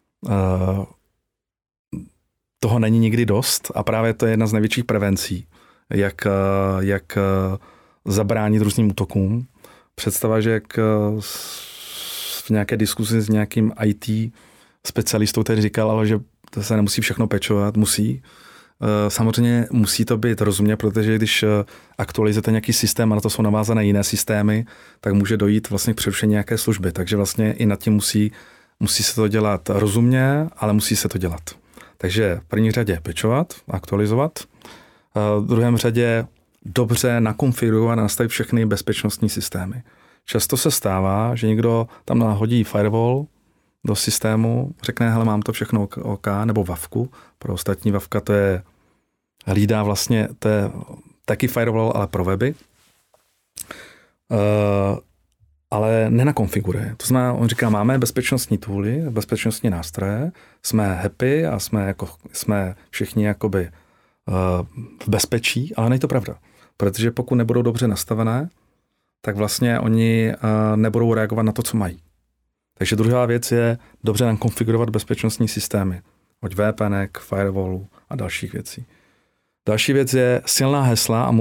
B: toho není nikdy dost a právě to je jedna z největších prevencí, jak zabránit různým útokům. Představa, že jak v nějaké diskuzi s nějakým IT specialistou tady říkal, ale že to se nemusí všechno pečovat, musí. Samozřejmě musí to být rozumně, protože když aktualizujete nějaký systém a na to jsou navázané jiné systémy, tak může dojít vlastně k přerušení nějaké služby. Takže vlastně i nad tím musí se to dělat rozumně, ale musí se to dělat. Takže v první řadě pečovat, aktualizovat. V druhém řadě dobře nakonfigurovat a nastavit všechny bezpečnostní systémy. Často se stává, že někdo tam nahodí firewall do systému, řekne, hele, mám to všechno OK, nebo Wavku. Pro ostatní Wavka to je hlídá vlastně, to je taky firewall, ale pro weby. Ale nenakonfiguruje. To znamená, on říká, máme bezpečnostní tooly, bezpečnostní nástroje, jsme happy a jsme všichni jakoby v bezpečí, ale není to pravda. Protože pokud nebudou dobře nastavené, tak vlastně oni nebudou reagovat na to, co mají. Takže druhá věc je dobře nakonfigurovat bezpečnostní systémy. Od VPNek, firewallu a dalších věcí. Další věc je silná hesla a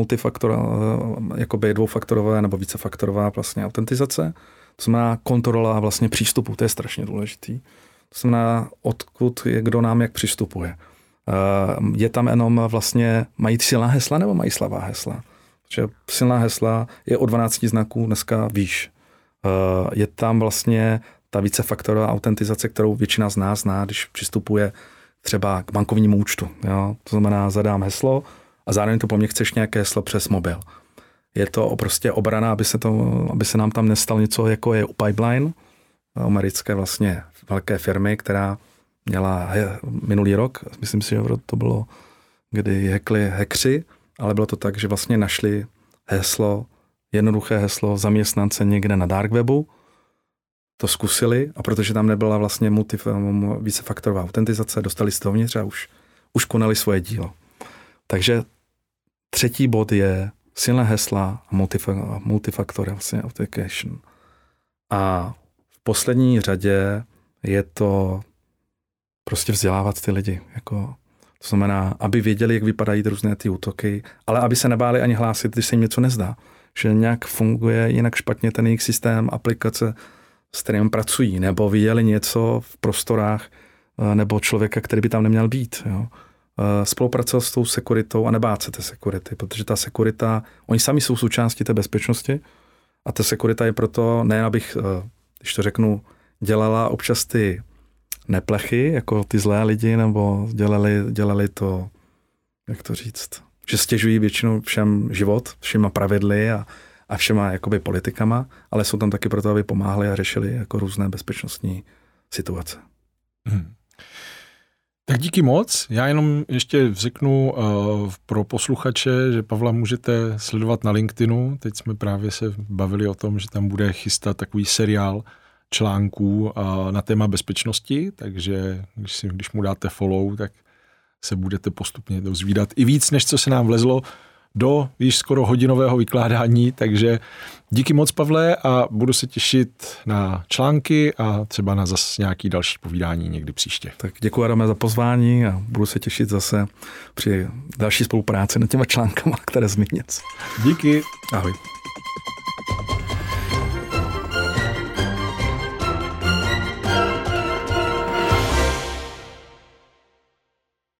B: jakoby dvoufaktorové nebo vícefaktorová vlastně autentizace. To znamená kontrola vlastně přístupu, to je strašně důležitý. To znamená, odkud kdo nám jak přistupuje. Je tam jenom vlastně, mají silná hesla nebo mají slabá hesla? Protože silná hesla je o 12 znaků dneska výš. Je tam vlastně ta vícefaktorová autentizace, kterou většina z nás zná, když přistupuje třeba k bankovnímu účtu. Jo? To znamená, zadám heslo a zároveň to po mně chceš nějaké heslo přes mobil. Je to prostě obrana, aby se nám tam nestalo něco, jako je u Pipeline, americké vlastně velké firmy, která měla minulý rok, myslím si, že to bylo, kdy hackli hackři, ale bylo to tak, že vlastně našli heslo, jednoduché heslo zaměstnance někde na dark webu, to zkusili a protože tam nebyla vlastně vícefaktorová autentizace, dostali z toho vnitř a už konali svoje dílo. Takže třetí bod je silné hesla a multifaktor vlastně authentication. A v poslední řadě je to prostě vzdělávat ty lidi. To znamená, aby věděli, jak vypadají různé ty útoky, ale aby se nebáli ani hlásit, když se jim něco nezdá. Že nějak funguje jinak špatně ten jejich systém, aplikace, s kterým pracují, nebo viděli něco v prostorách, nebo člověka, který by tam neměl být. Jo. Spolupracovat s tou sekuritou a nebát se té sekurity, protože ta sekurita, oni sami jsou součástí té bezpečnosti a ta sekurita je proto, nejen abych, když to řeknu, dělala občas ty neplechy, jako ty zlé lidi, nebo dělali to, jak to říct, že stěžují většinou všem život, všema pravidly a všema jakoby politikama, ale jsou tam taky proto, aby pomáhali a řešili jako různé bezpečnostní situace.
A: Tak díky moc. Já jenom ještě řeknu pro posluchače, že Pavla můžete sledovat na LinkedInu. Teď jsme právě se bavili o tom, že tam bude chystat takový seriál článků na téma bezpečnosti, takže když mu dáte follow, tak se budete postupně dozvídat i víc, než co se nám vlezlo do již skoro hodinového vykládání, takže díky moc, Pavle, a budu se těšit na články a třeba na zase nějaký další povídání někdy příště.
B: Tak děkuji, Adame, za pozvání a budu se těšit zase při další spolupráci nad těma článkama, které zmínit.
A: Díky.
B: Ahoj.